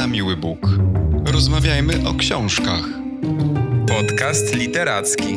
na miły Bóg. Rozmawiajmy o książkach. Podcast literacki.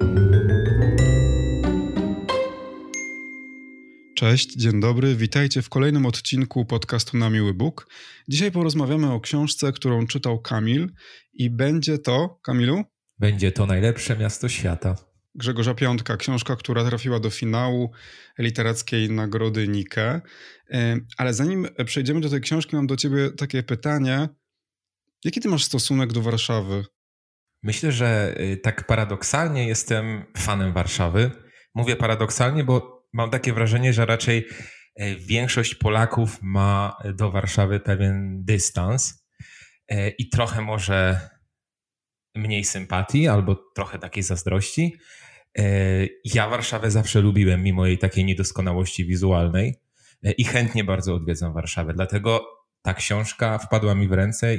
Cześć, dzień dobry, witajcie w kolejnym odcinku podcastu Na Miły Bóg. Dzisiaj porozmawiamy o książce, którą czytał Kamil i będzie to, Kamilu? Będzie to najlepsze miasto świata. Grzegorza Piątka, książka, która trafiła do finału literackiej nagrody Nike. Ale zanim przejdziemy do tej książki, mam do ciebie takie pytanie. Jaki ty masz stosunek do Warszawy? Myślę, że tak paradoksalnie jestem fanem Warszawy. Mówię paradoksalnie, bo mam takie wrażenie, że raczej większość Polaków ma do Warszawy pewien dystans i trochę może mniej sympatii albo trochę takiej zazdrości. Ja Warszawę zawsze lubiłem, mimo jej takiej niedoskonałości wizualnej i chętnie bardzo odwiedzam Warszawę. Dlatego ta książka wpadła mi w ręce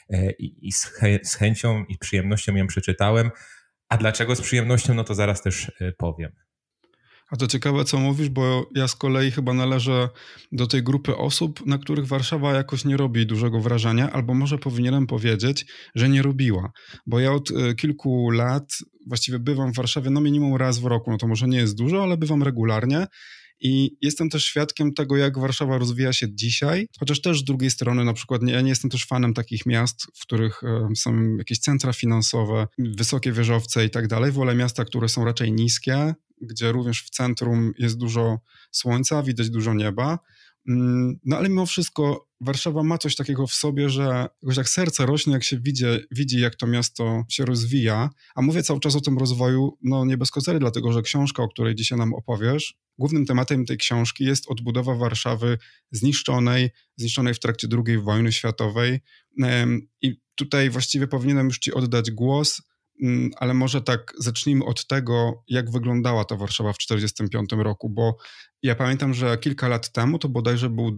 i z chęcią i przyjemnością ją przeczytałem. A dlaczego z przyjemnością, no to zaraz też powiem. A to ciekawe, co mówisz, bo ja z kolei chyba należę do tej grupy osób, na których Warszawa jakoś nie robi dużego wrażenia, albo może powinienem powiedzieć, że nie robiła. Bo ja od kilku lat właściwie bywam w Warszawie minimum raz w roku. No to może nie jest dużo, ale bywam regularnie. I jestem też świadkiem tego, jak Warszawa rozwija się dzisiaj, chociaż też z drugiej strony na przykład ja nie jestem też fanem takich miast, w których są jakieś centra finansowe, wysokie wieżowce i tak dalej. Wolę miasta, które są raczej niskie, gdzie również w centrum jest dużo słońca, widać dużo nieba. No ale mimo wszystko Warszawa ma coś takiego w sobie, że jakoś tak serce rośnie, jak się widzi, jak to miasto się rozwija. A mówię cały czas o tym rozwoju, nie bez kozery, dlatego że książka, o której dzisiaj nam opowiesz, głównym tematem tej książki jest odbudowa Warszawy zniszczonej w trakcie II wojny światowej. I tutaj właściwie powinienem już ci oddać głos, ale może tak zacznijmy od tego, jak wyglądała ta Warszawa w 1945 roku, bo ja pamiętam, że kilka lat temu, to bodajże był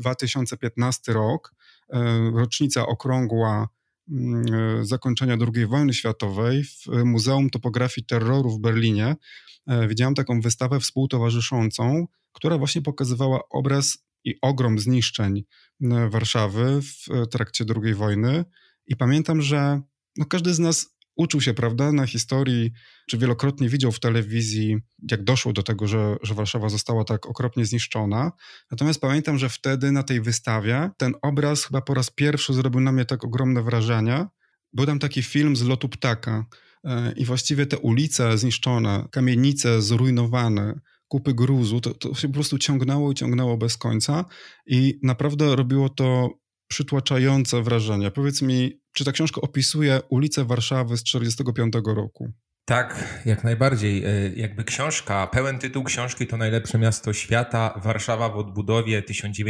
2015 rok, rocznica okrągła zakończenia II wojny światowej w Muzeum Topografii Terroru w Berlinie. Widziałam taką wystawę współtowarzyszącą, która właśnie pokazywała obraz i ogrom zniszczeń Warszawy w trakcie II wojny i pamiętam, że każdy z nas uczył się, prawda, na historii, czy wielokrotnie widział w telewizji, jak doszło do tego, że Warszawa została tak okropnie zniszczona. Natomiast pamiętam, że wtedy na tej wystawie ten obraz chyba po raz pierwszy zrobił na mnie tak ogromne wrażenie. Był tam taki film z lotu ptaka i właściwie te ulice zniszczone, kamienice zrujnowane, kupy gruzu, to się po prostu ciągnęło bez końca i naprawdę robiło to przytłaczające wrażenie. Powiedz mi, czy ta książka opisuje ulice Warszawy z 1945 roku? Tak, jak najbardziej. Jakby pełen tytuł książki to Najlepsze miasto świata, Warszawa w odbudowie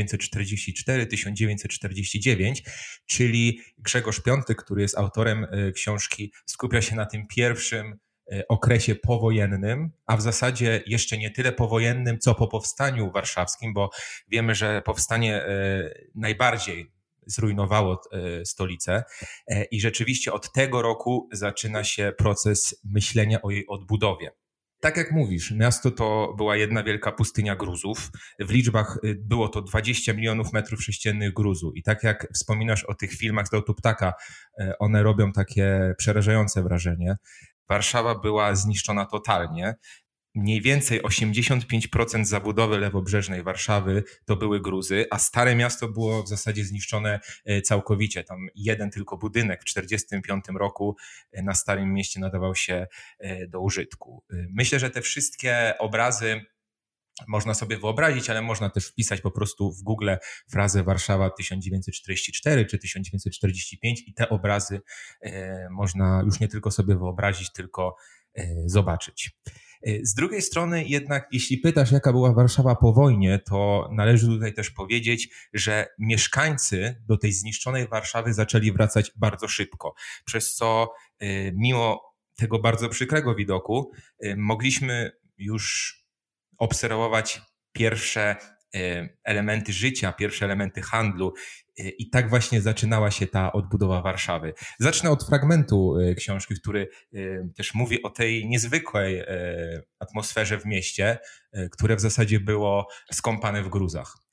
1944-1949, czyli Grzegorz Piątek, który jest autorem książki, skupia się na tym pierwszym okresie powojennym, a w zasadzie jeszcze nie tyle powojennym, co po powstaniu warszawskim, bo wiemy, że powstanie najbardziej zrujnowało stolicę i rzeczywiście od tego roku zaczyna się proces myślenia o jej odbudowie. Tak jak mówisz, miasto to była jedna wielka pustynia gruzów. W liczbach było to 20 milionów metrów sześciennych gruzu i tak jak wspominasz o tych filmach z lotu ptaka, one robią takie przerażające wrażenie. Warszawa była zniszczona totalnie. Mniej więcej 85% zabudowy lewobrzeżnej Warszawy to były gruzy, a Stare Miasto było w zasadzie zniszczone całkowicie. Tam jeden tylko budynek w 1945 roku na Starym Mieście nadawał się do użytku. Myślę, że te wszystkie obrazy można sobie wyobrazić, ale można też wpisać po prostu w Google frazę Warszawa 1944 czy 1945 i te obrazy można już nie tylko sobie wyobrazić, tylko zobaczyć. Z drugiej strony jednak, jeśli pytasz, jaka była Warszawa po wojnie, to należy tutaj też powiedzieć, że mieszkańcy do tej zniszczonej Warszawy zaczęli wracać bardzo szybko, przez co mimo tego bardzo przykrego widoku mogliśmy już obserwować pierwsze elementy życia, pierwsze elementy handlu i tak właśnie zaczynała się ta odbudowa Warszawy. Zacznę od fragmentu książki, który też mówi o tej niezwykłej atmosferze w mieście, które w zasadzie było skąpane w gruzach.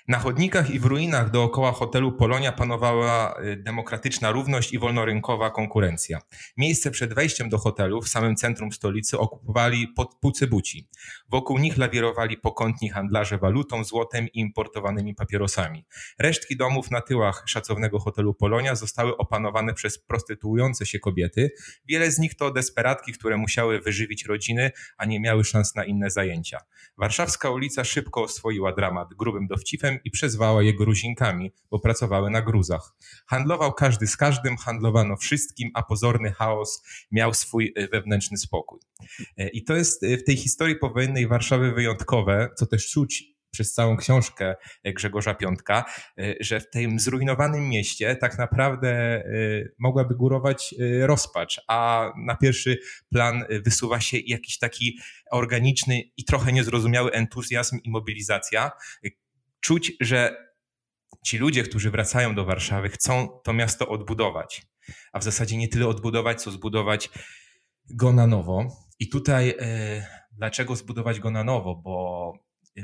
Na chodnikach i w ruinach dookoła hotelu Polonia panowała demokratyczna równość i wolnorynkowa konkurencja. Miejsce przed wejściem do hotelu w samym centrum stolicy okupowali podpucybuci. Wokół nich lawirowali pokątni handlarze walutą, złotem i importowanymi papierosami. Resztki domów na tyłach szacownego hotelu Polonia zostały opanowane przez prostytuujące się kobiety. Wiele z nich to desperatki, które musiały wyżywić rodziny, a nie miały szans na inne zajęcia. Warszawska ulica szybko oswoiła dramat grubym dowcipem i przezwała je gruzinkami, bo pracowały na gruzach. Handlował każdy z każdym, handlowano wszystkim, a pozorny chaos miał swój wewnętrzny spokój. I to jest w tej historii powojennej Warszawy wyjątkowe, co też czuć przez całą książkę Grzegorza Piątka, że w tym zrujnowanym mieście tak naprawdę mogłaby górować rozpacz, a na pierwszy plan wysuwa się jakiś taki organiczny i trochę niezrozumiały entuzjazm i mobilizacja. Czuć, że ci ludzie, którzy wracają do Warszawy, chcą to miasto odbudować, a w zasadzie nie tyle odbudować, co zbudować go na nowo. I tutaj dlaczego zbudować go na nowo? Bo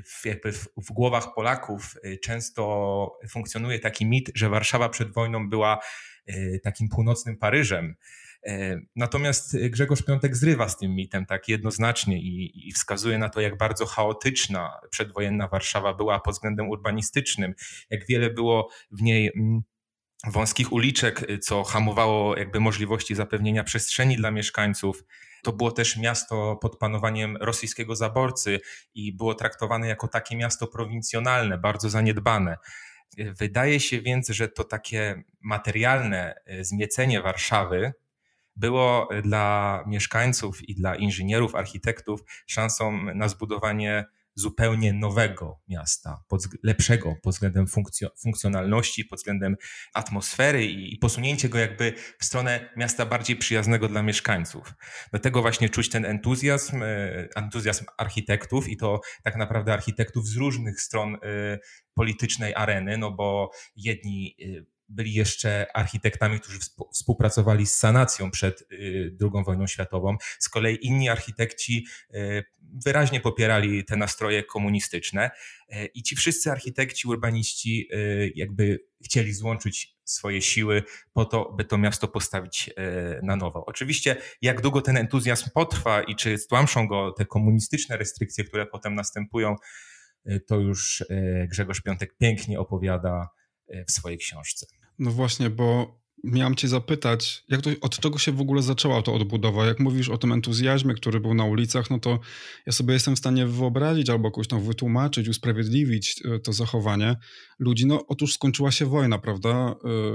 w głowach Polaków często funkcjonuje taki mit, że Warszawa przed wojną była takim północnym Paryżem. Natomiast Grzegorz Piątek zrywa z tym mitem tak jednoznacznie i wskazuje na to, jak bardzo chaotyczna przedwojenna Warszawa była pod względem urbanistycznym, jak wiele było w niej wąskich uliczek, co hamowało jakby możliwości zapewnienia przestrzeni dla mieszkańców. To było też miasto pod panowaniem rosyjskiego zaborcy i było traktowane jako takie miasto prowincjonalne, bardzo zaniedbane. Wydaje się więc, że to takie materialne zmiecenie Warszawy było dla mieszkańców i dla inżynierów, architektów szansą na zbudowanie zupełnie nowego miasta, lepszego pod względem funkcjonalności, pod względem atmosfery i posunięcie go jakby w stronę miasta bardziej przyjaznego dla mieszkańców. Dlatego właśnie czuć ten entuzjazm architektów i to tak naprawdę architektów z różnych stron politycznej areny, no bo jedni byli jeszcze architektami, którzy współpracowali z sanacją przed II wojną światową. Z kolei inni architekci wyraźnie popierali te nastroje komunistyczne i ci wszyscy architekci, urbaniści jakby chcieli złączyć swoje siły po to, by to miasto postawić na nowo. Oczywiście jak długo ten entuzjazm potrwa i czy stłamszą go te komunistyczne restrykcje, które potem następują, to już Grzegorz Piątek pięknie opowiada w swojej książce. No właśnie, bo miałem cię zapytać, od czego się w ogóle zaczęła ta odbudowa? Jak mówisz o tym entuzjazmie, który był na ulicach, no to ja sobie jestem w stanie wyobrazić albo jakoś tam wytłumaczyć, usprawiedliwić to zachowanie ludzi. No otóż skończyła się wojna, prawda?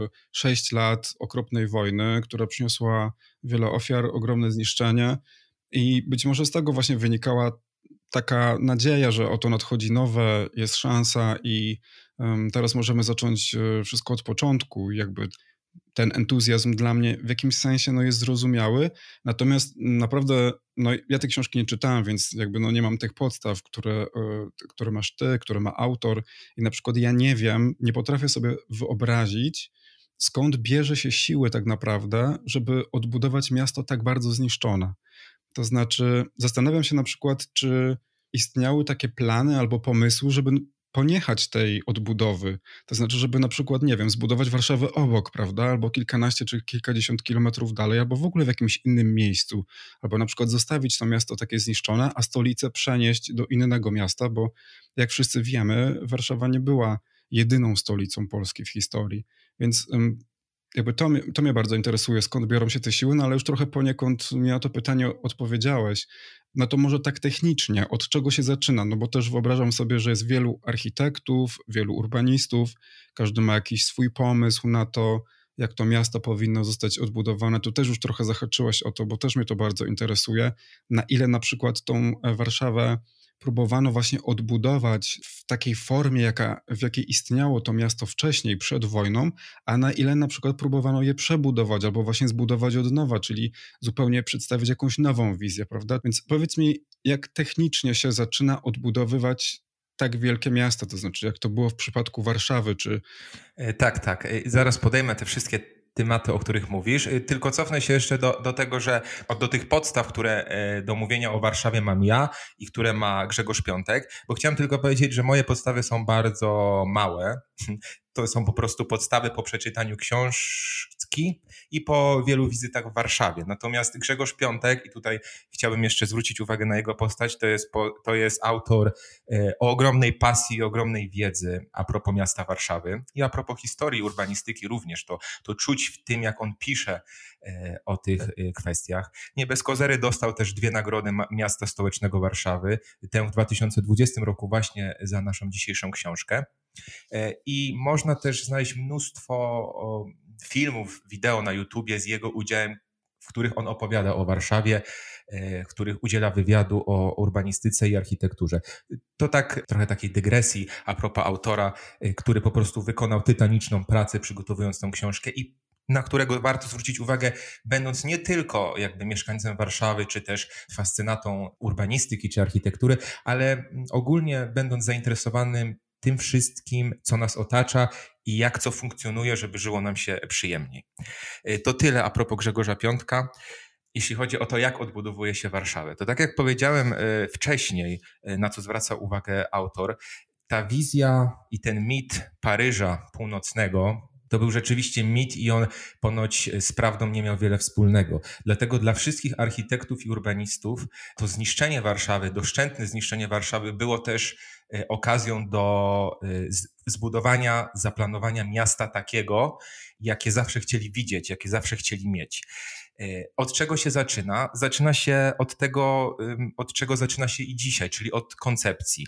6 lat okropnej wojny, która przyniosła wiele ofiar, ogromne zniszczenie i być może z tego właśnie wynikała taka nadzieja, że oto nadchodzi nowe, jest szansa i teraz możemy zacząć wszystko od początku. Jakby ten entuzjazm dla mnie w jakimś sensie jest zrozumiały, natomiast naprawdę ja tej książki nie czytałem, więc jakby nie mam tych podstaw, które masz ty, które ma autor i na przykład ja nie potrafię sobie wyobrazić, skąd bierze się siły tak naprawdę, żeby odbudować miasto tak bardzo zniszczone. To znaczy zastanawiam się na przykład, czy istniały takie plany albo pomysły, żeby poniechać tej odbudowy. To znaczy, żeby na przykład, zbudować Warszawę obok, prawda? Albo kilkanaście czy kilkadziesiąt kilometrów dalej, albo w ogóle w jakimś innym miejscu. Albo na przykład zostawić to miasto takie zniszczone, a stolicę przenieść do innego miasta, bo jak wszyscy wiemy, Warszawa nie była jedyną stolicą Polski w historii. Więc jakby to mnie bardzo interesuje, skąd biorą się te siły, ale już trochę poniekąd mi na to pytanie odpowiedziałeś. No to może tak technicznie, od czego się zaczyna? No bo też wyobrażam sobie, że jest wielu architektów, wielu urbanistów, każdy ma jakiś swój pomysł na to, jak to miasto powinno zostać odbudowane. Tu też już trochę zahaczyłeś o to, bo też mnie to bardzo interesuje. Na ile na przykład tą Warszawę próbowano właśnie odbudować w takiej formie, w jakiej istniało to miasto wcześniej, przed wojną, a na ile na przykład próbowano je przebudować albo właśnie zbudować od nowa, czyli zupełnie przedstawić jakąś nową wizję, prawda? Więc powiedz mi, jak technicznie się zaczyna odbudowywać tak wielkie miasto, to znaczy jak to było w przypadku Warszawy, czy... Tak. Zaraz podejmę te wszystkie tematy, o których mówisz. Tylko cofnę się jeszcze do tego, że do tych podstaw, które do mówienia o Warszawie mam ja i które ma Grzegorz Piątek, bo chciałem tylko powiedzieć, że moje podstawy są bardzo małe. To są po prostu podstawy po przeczytaniu książki i po wielu wizytach w Warszawie. Natomiast Grzegorz Piątek, i tutaj chciałbym jeszcze zwrócić uwagę na jego postać, to jest autor o ogromnej pasji, ogromnej wiedzy a propos miasta Warszawy i a propos historii urbanistyki również. To czuć w tym, jak on pisze o tych kwestiach. Nie bez kozery dostał też 2 nagrody miasta stołecznego Warszawy, tę w 2020 roku właśnie za naszą dzisiejszą książkę. I można też znaleźć mnóstwo filmów, wideo na YouTubie z jego udziałem, w których on opowiada o Warszawie, w których udziela wywiadu o urbanistyce i architekturze. To tak trochę takiej dygresji a propos autora, który po prostu wykonał tytaniczną pracę przygotowując tę książkę i na którego warto zwrócić uwagę, będąc nie tylko jakby mieszkańcem Warszawy, czy też fascynatą urbanistyki czy architektury, ale ogólnie będąc zainteresowanym tym wszystkim, co nas otacza i jak co funkcjonuje, żeby żyło nam się przyjemniej. To tyle a propos Grzegorza Piątka. Jeśli chodzi o to, jak odbudowuje się Warszawę, to tak jak powiedziałem wcześniej, na co zwraca uwagę autor, ta wizja i ten mit Paryża Północnego to był rzeczywiście mit i on ponoć z prawdą nie miał wiele wspólnego. Dlatego dla wszystkich architektów i urbanistów to zniszczenie Warszawy, doszczętne zniszczenie Warszawy było też okazją do zbudowania, zaplanowania miasta takiego, jakie zawsze chcieli widzieć, jakie zawsze chcieli mieć. Od czego się zaczyna? Zaczyna się od tego, od czego zaczyna się i dzisiaj, czyli od koncepcji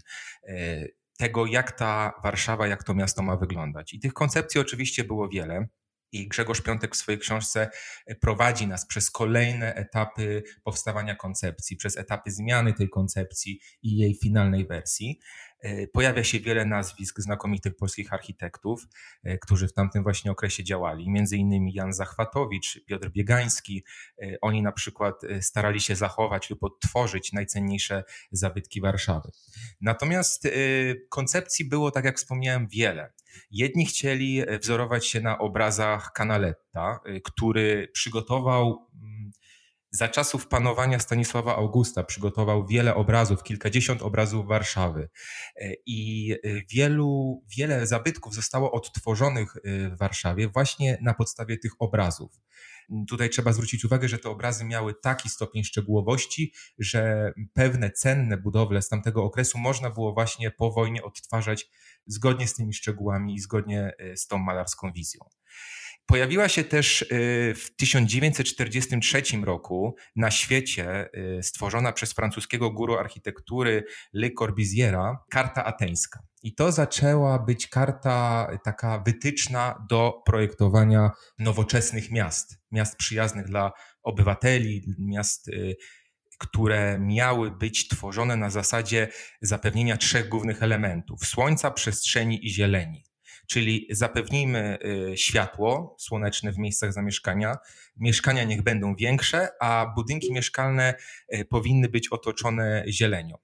tego, jak ta Warszawa, jak to miasto ma wyglądać. I tych koncepcji oczywiście było wiele. I Grzegorz Piątek w swojej książce prowadzi nas przez kolejne etapy powstawania koncepcji, przez etapy zmiany tej koncepcji i jej finalnej wersji. Pojawia się wiele nazwisk znakomitych polskich architektów, którzy w tamtym właśnie okresie działali. Między innymi Jan Zachwatowicz, Piotr Biegański. Oni na przykład starali się zachować lub odtworzyć najcenniejsze zabytki Warszawy. Natomiast koncepcji było, tak jak wspomniałem, wiele. Jedni chcieli wzorować się na obrazach Canaletta, który przygotował za czasów panowania Stanisława Augusta, przygotował wiele obrazów, kilkadziesiąt obrazów Warszawy i wiele zabytków zostało odtworzonych w Warszawie właśnie na podstawie tych obrazów. Tutaj trzeba zwrócić uwagę, że te obrazy miały taki stopień szczegółowości, że pewne cenne budowle z tamtego okresu można było właśnie po wojnie odtwarzać zgodnie z tymi szczegółami i zgodnie z tą malarską wizją. Pojawiła się też w 1943 roku na świecie stworzona przez francuskiego guru architektury Le Corbusiera karta ateńska. I to zaczęła być karta taka wytyczna do projektowania nowoczesnych miast przyjaznych dla obywateli, miast, które miały być tworzone na zasadzie zapewnienia 3 głównych elementów: słońca, przestrzeni i zieleni. Czyli zapewnijmy światło słoneczne w miejscach zamieszkania, mieszkania niech będą większe, a budynki mieszkalne powinny być otoczone zielenią.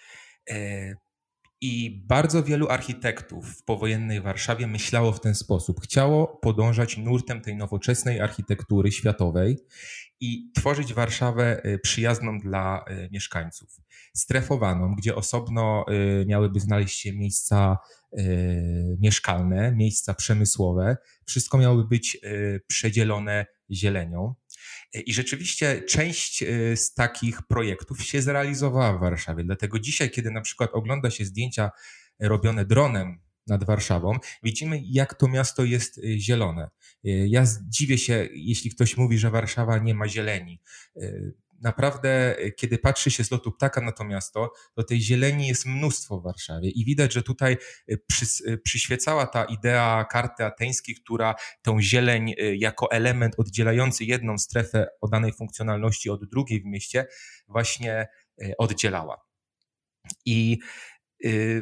I bardzo wielu architektów w powojennej Warszawie myślało w ten sposób. Chciało podążać nurtem tej nowoczesnej architektury światowej i tworzyć Warszawę przyjazną dla mieszkańców. Strefowaną, gdzie osobno miałyby znaleźć się miejsca mieszkalne, miejsca przemysłowe. Wszystko miałoby być przedzielone zielenią. I rzeczywiście część z takich projektów się zrealizowała w Warszawie. Dlatego dzisiaj, kiedy na przykład ogląda się zdjęcia robione dronem nad Warszawą, widzimy, jak to miasto jest zielone. Ja dziwię się, jeśli ktoś mówi, że Warszawa nie ma zieleni. Naprawdę, kiedy patrzy się z lotu ptaka na to miasto, to tej zieleni jest mnóstwo w Warszawie i widać, że tutaj przyświecała ta idea karty ateńskiej, która tą zieleń jako element oddzielający jedną strefę o danej funkcjonalności od drugiej w mieście właśnie oddzielała. I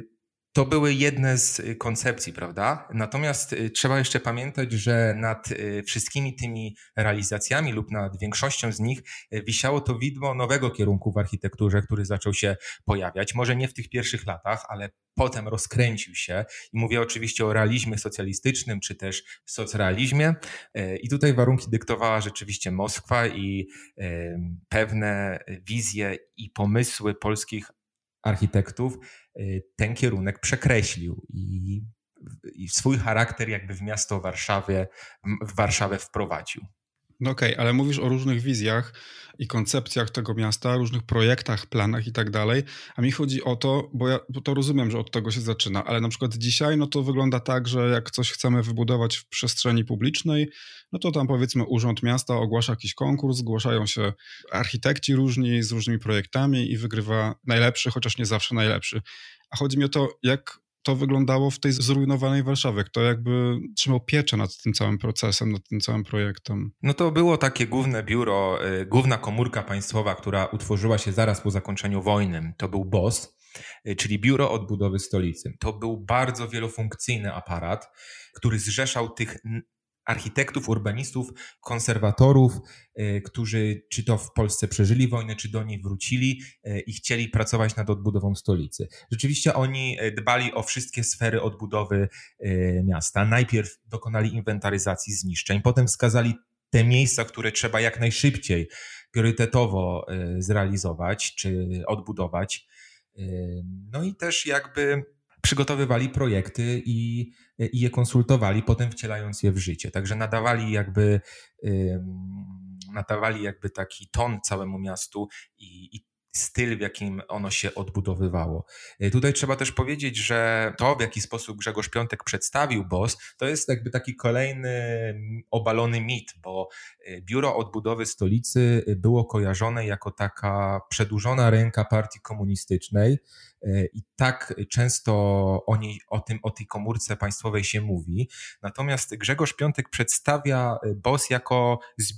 To były jedne z koncepcji, prawda? Natomiast trzeba jeszcze pamiętać, że nad wszystkimi tymi realizacjami lub nad większością z nich wisiało to widmo nowego kierunku w architekturze, który zaczął się pojawiać. Może nie w tych pierwszych latach, ale potem rozkręcił się. I mówię oczywiście o realizmie socjalistycznym, czy też socrealizmie. I tutaj warunki dyktowała rzeczywiście Moskwa i pewne wizje i pomysły polskich architektów ten kierunek przekreślił i swój charakter jakby w miasto w Warszawę wprowadził. No okej, ale mówisz o różnych wizjach i koncepcjach tego miasta, różnych projektach, planach i tak dalej, a mi chodzi o to, bo to rozumiem, że od tego się zaczyna, ale na przykład dzisiaj no to wygląda tak, że jak coś chcemy wybudować w przestrzeni publicznej, no to tam powiedzmy Urząd Miasta ogłasza jakiś konkurs, zgłaszają się architekci różni z różnymi projektami i wygrywa najlepszy, chociaż nie zawsze najlepszy. A chodzi mi o to, jak to wyglądało w tej zrujnowanej Warszawie? Kto jakby trzymał pieczę nad tym całym procesem, nad tym całym projektem? No to było takie główne biuro, główna komórka państwowa, która utworzyła się zaraz po zakończeniu wojny. To był BOS, czyli Biuro Odbudowy Stolicy. To był bardzo wielofunkcyjny aparat, który zrzeszał tych architektów, urbanistów, konserwatorów, którzy czy to w Polsce przeżyli wojnę, czy do niej wrócili i chcieli pracować nad odbudową stolicy. Rzeczywiście oni dbali o wszystkie sfery odbudowy miasta. Najpierw dokonali inwentaryzacji zniszczeń, potem wskazali te miejsca, które trzeba jak najszybciej, priorytetowo zrealizować czy odbudować. No i też jakby przygotowywali projekty i je konsultowali, potem wcielając je w życie. Także nadawali jakby taki ton całemu miastu i styl, w jakim ono się odbudowywało. Tutaj trzeba też powiedzieć, że to, w jaki sposób Grzegorz Piątek przedstawił BOS, to jest jakby taki kolejny obalony mit, bo Biuro Odbudowy Stolicy było kojarzone jako taka przedłużona ręka partii komunistycznej i tak często o tej komórce państwowej się mówi. Natomiast Grzegorz Piątek przedstawia BOS jako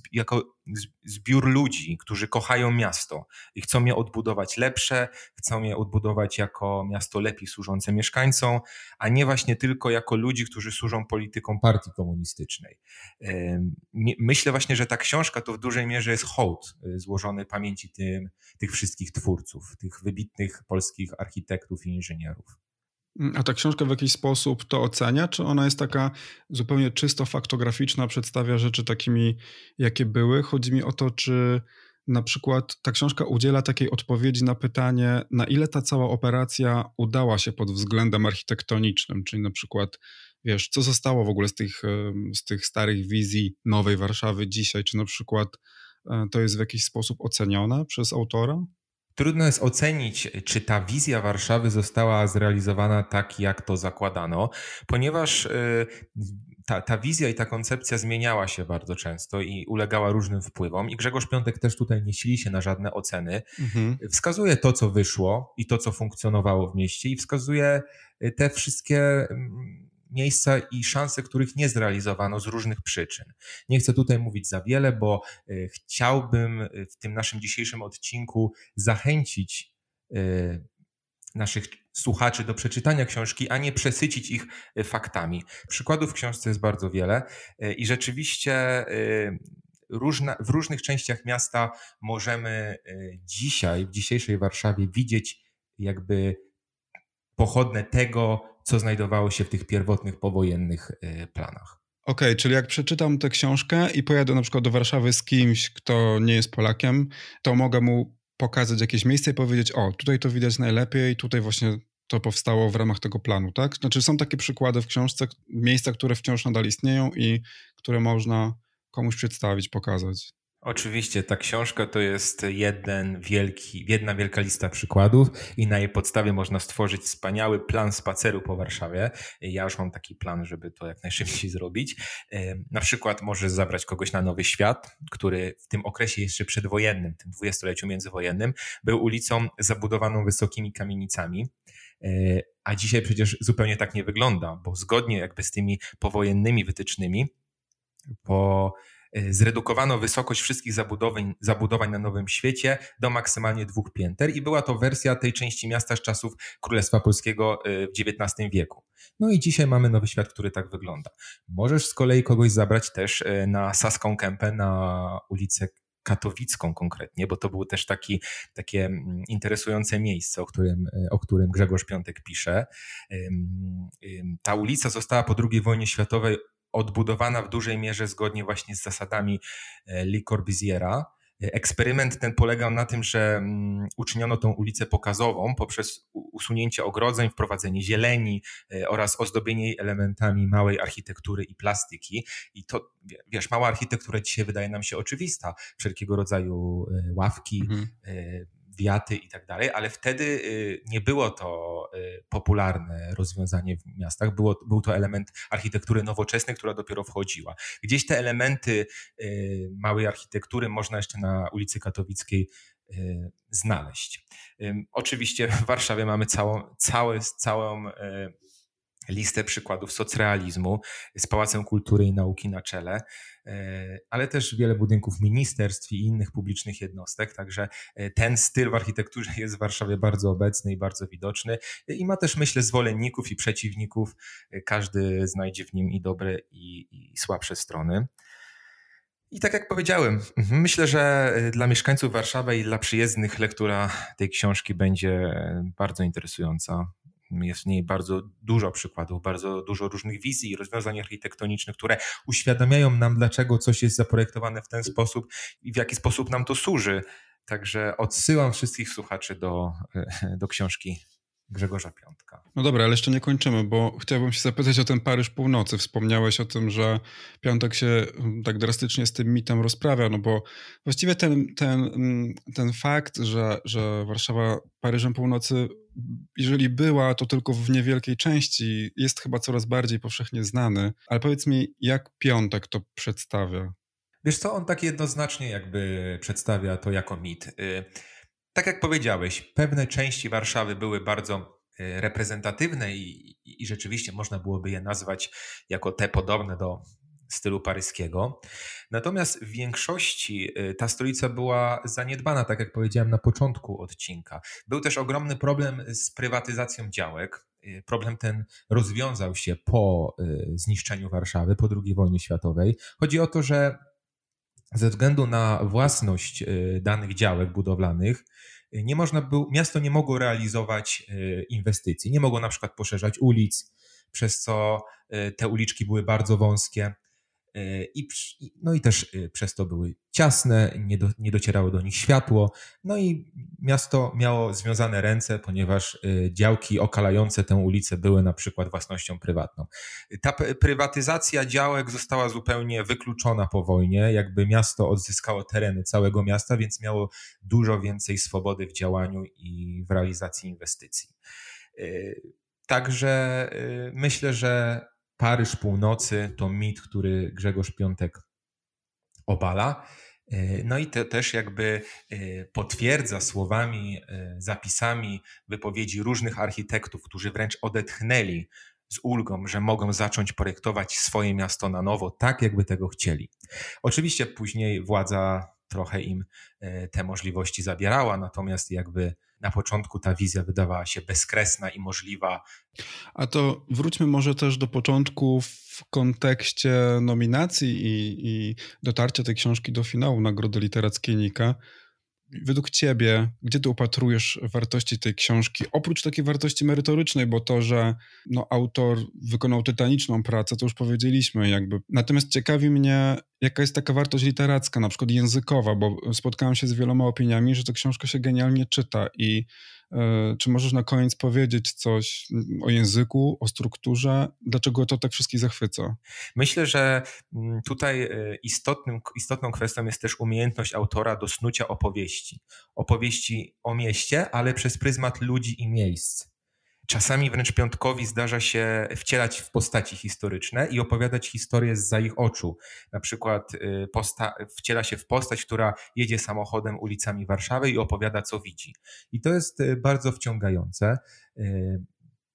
zbiór ludzi, którzy kochają miasto i chcą je odbudować lepsze, chcą je odbudować jako miasto lepiej służące mieszkańcom, a nie właśnie tylko jako ludzi, którzy służą politykom partii komunistycznej. Myślę właśnie, że ta książka to w dużej mierze jest hołd złożony pamięci tych wszystkich twórców, tych wybitnych polskich architektów i inżynierów. A ta książka w jakiś sposób to ocenia, czy ona jest taka zupełnie czysto faktograficzna, przedstawia rzeczy takimi, jakie były? Chodzi mi o to, czy na przykład ta książka udziela takiej odpowiedzi na pytanie, na ile ta cała operacja udała się pod względem architektonicznym, czyli na przykład, wiesz, co zostało w ogóle z tych starych wizji nowej Warszawy dzisiaj, czy na przykład to jest w jakiś sposób ocenione przez autora? Trudno jest ocenić, czy ta wizja Warszawy została zrealizowana tak, jak to zakładano, ponieważ ta wizja i ta koncepcja zmieniała się bardzo często i ulegała różnym wpływom i Grzegorz Piątek też tutaj nie sili się na żadne oceny. Wskazuje to, co wyszło i to, co funkcjonowało w mieście i wskazuje te wszystkie miejsca i szanse, których nie zrealizowano z różnych przyczyn. Nie chcę tutaj mówić za wiele, bo chciałbym w tym naszym dzisiejszym odcinku zachęcić naszych słuchaczy do przeczytania książki, a nie przesycić ich faktami. Przykładów w książce jest bardzo wiele i rzeczywiście w różnych częściach miasta możemy dzisiaj, w dzisiejszej Warszawie widzieć jakby pochodne tego, co znajdowało się w tych pierwotnych powojennych planach. Okej, czyli jak przeczytam tę książkę i pojadę na przykład do Warszawy z kimś, kto nie jest Polakiem, to mogę mu pokazać jakieś miejsce i powiedzieć, o, tutaj to widać najlepiej, tutaj właśnie to powstało w ramach tego planu, tak? Znaczy są takie przykłady w książce, miejsca, które wciąż nadal istnieją i które można komuś przedstawić, pokazać. Oczywiście, ta książka to jest jedna wielka lista przykładów i na jej podstawie można stworzyć wspaniały plan spaceru po Warszawie. Ja już mam taki plan, żeby to jak najszybciej zrobić. Na przykład możesz zabrać kogoś na Nowy Świat, który w tym okresie jeszcze przedwojennym, tym 20-leciu międzywojennym, był ulicą zabudowaną wysokimi kamienicami. A dzisiaj przecież zupełnie tak nie wygląda, bo zgodnie jakby z tymi powojennymi wytycznymi po Zredukowano wysokość wszystkich zabudowań na Nowym Świecie do maksymalnie 2 pięter i była to wersja tej części miasta z czasów Królestwa Polskiego w XIX wieku. No i dzisiaj mamy Nowy Świat, który tak wygląda. Możesz z kolei kogoś zabrać też na Saską Kępę, na ulicę Katowicką konkretnie, bo to było też takie interesujące miejsce, o którym Grzegorz Piątek pisze. Ta ulica została po II wojnie światowej odbudowana w dużej mierze zgodnie właśnie z zasadami Le Corbusiera. Eksperyment ten polegał na tym, że uczyniono tą ulicę pokazową poprzez usunięcie ogrodzeń, wprowadzenie zieleni oraz ozdobienie jej elementami małej architektury i plastyki. I to, wiesz, mała architektura dzisiaj wydaje nam się oczywista. Wszelkiego rodzaju ławki, wiaty i tak dalej, ale wtedy nie było to popularne rozwiązanie w miastach. Był to element architektury nowoczesnej, która dopiero wchodziła. Gdzieś te elementy małej architektury można jeszcze na ulicy Katowickiej znaleźć. Oczywiście w Warszawie mamy całą listę przykładów socrealizmu z Pałacem Kultury i Nauki na czele, ale też wiele budynków ministerstw i innych publicznych jednostek, także ten styl w architekturze jest w Warszawie bardzo obecny i bardzo widoczny i ma też, myślę, zwolenników i przeciwników. Każdy znajdzie w nim i dobre i słabsze strony. I tak jak powiedziałem, myślę, że dla mieszkańców Warszawy i dla przyjezdnych lektura tej książki będzie bardzo interesująca. Jest w niej bardzo dużo przykładów, bardzo dużo różnych wizji i rozwiązań architektonicznych, które uświadamiają nam, dlaczego coś jest zaprojektowane w ten sposób i w jaki sposób nam to służy. Także odsyłam wszystkich słuchaczy do książki Grzegorza Piątka. No dobra, ale jeszcze nie kończymy, bo chciałbym się zapytać o ten Paryż Północy. Wspomniałeś o tym, że Piątek się tak drastycznie z tym mitem rozprawia, no bo właściwie ten fakt, że Warszawa Paryżem Północy, jeżeli była, to tylko w niewielkiej części, jest chyba coraz bardziej powszechnie znany. Ale powiedz mi, jak Piątek to przedstawia? Wiesz co, on tak jednoznacznie jakby przedstawia to jako mit. Tak jak powiedziałeś, pewne części Warszawy były bardzo reprezentatywne i rzeczywiście można byłoby je nazwać jako te podobne do stylu paryskiego. Natomiast w większości ta stolica była zaniedbana, tak jak powiedziałem na początku odcinka. Był też ogromny problem z prywatyzacją działek. Problem ten rozwiązał się po zniszczeniu Warszawy, po II wojnie światowej. Chodzi o to, że ze względu na własność danych działek budowlanych miasto nie mogło realizować inwestycji. Nie mogło na przykład poszerzać ulic, przez co te uliczki były bardzo wąskie i też przez to były ciasne, nie docierało do nich światło. No i miasto miało związane ręce, ponieważ działki okalające tę ulicę były na przykład własnością prywatną. Ta prywatyzacja działek została zupełnie wykluczona po wojnie, jakby miasto odzyskało tereny całego miasta, więc miało dużo więcej swobody w działaniu i w realizacji inwestycji. Także myślę, że Paryż Północy to mit, który Grzegorz Piątek obala. No i to też jakby potwierdza słowami, zapisami wypowiedzi różnych architektów, którzy wręcz odetchnęli z ulgą, że mogą zacząć projektować swoje miasto na nowo, tak jakby tego chcieli. Oczywiście później władza trochę im te możliwości zabierała, natomiast jakby na początku ta wizja wydawała się bezkresna i możliwa. A to wróćmy może też do początku w kontekście nominacji i dotarcia tej książki do finału Nagrody Literackiej Nika. Według ciebie, gdzie ty upatrujesz wartości tej książki? Oprócz takiej wartości merytorycznej, bo to, że autor wykonał tytaniczną pracę, to już powiedzieliśmy jakby. Natomiast ciekawi mnie, jaka jest taka wartość literacka, na przykład językowa, bo spotkałem się z wieloma opiniami, że ta książka się genialnie czyta i czy możesz na koniec powiedzieć coś o języku, o strukturze? Dlaczego to tak wszystkich zachwyca? Myślę, że tutaj istotną kwestią jest też umiejętność autora do snucia opowieści. Opowieści o mieście, ale przez pryzmat ludzi i miejsc. Czasami wręcz Piątkowi zdarza się wcielać w postaci historyczne i opowiadać historię zza ich oczu. Na przykład wciela się w postać, która jedzie samochodem ulicami Warszawy i opowiada, co widzi. I to jest bardzo wciągające.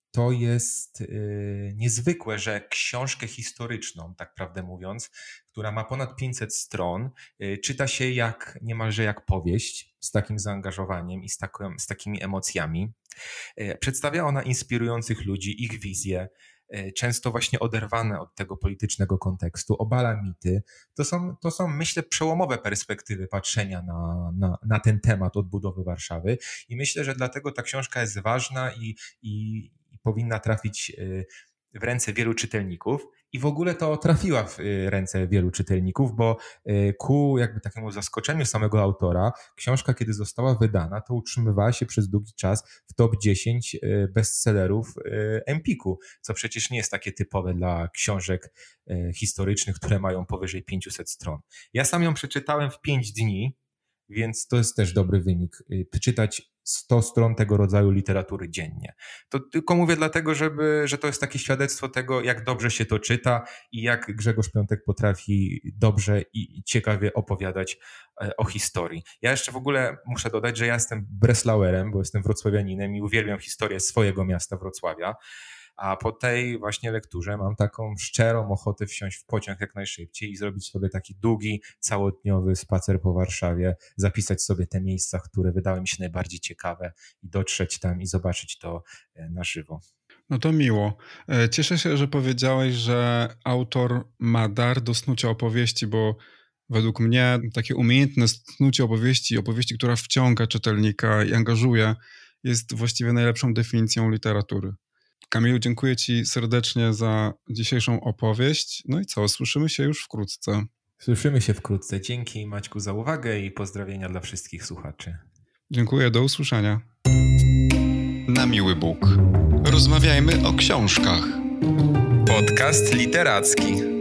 to jest niezwykłe, że książkę historyczną, tak prawdę mówiąc, która ma ponad 500 stron, czyta się niemalże jak powieść, z takim zaangażowaniem i z takimi emocjami. Przedstawia ona inspirujących ludzi, ich wizje, często właśnie oderwane od tego politycznego kontekstu, obala mity. To są, myślę, przełomowe perspektywy patrzenia na ten temat odbudowy Warszawy i myślę, że dlatego ta książka jest ważna i powinna trafić w ręce wielu czytelników. I w ogóle to trafiła w ręce wielu czytelników, bo ku jakby takiemu zaskoczeniu samego autora, książka, kiedy została wydana, to utrzymywała się przez długi czas w top 10 bestsellerów Empiku, co przecież nie jest takie typowe dla książek historycznych, które mają powyżej 500 stron. Ja sam ją przeczytałem w 5 dni, więc to jest też dobry wynik. Czytać 100 stron tego rodzaju literatury dziennie. To tylko mówię dlatego, że to jest takie świadectwo tego, jak dobrze się to czyta i jak Grzegorz Piątek potrafi dobrze i ciekawie opowiadać o historii. Ja jeszcze w ogóle muszę dodać, że ja jestem Breslauerem, bo jestem wrocławianinem i uwielbiam historię swojego miasta Wrocławia. A po tej właśnie lekturze mam taką szczerą ochotę wsiąść w pociąg jak najszybciej i zrobić sobie taki długi, całodniowy spacer po Warszawie, zapisać sobie te miejsca, które wydały mi się najbardziej ciekawe i dotrzeć tam i zobaczyć to na żywo. No to miło. Cieszę się, że powiedziałeś, że autor ma dar do snucia opowieści, bo według mnie takie umiejętne snucie opowieści, która wciąga czytelnika i angażuje, jest właściwie najlepszą definicją literatury. Kamilu, dziękuję Ci serdecznie za dzisiejszą opowieść. No i co, słyszymy się już wkrótce. Słyszymy się wkrótce. Dzięki Maćku za uwagę i pozdrowienia dla wszystkich słuchaczy. Dziękuję, do usłyszenia. Na miły Bóg. Rozmawiajmy o książkach. Podcast literacki.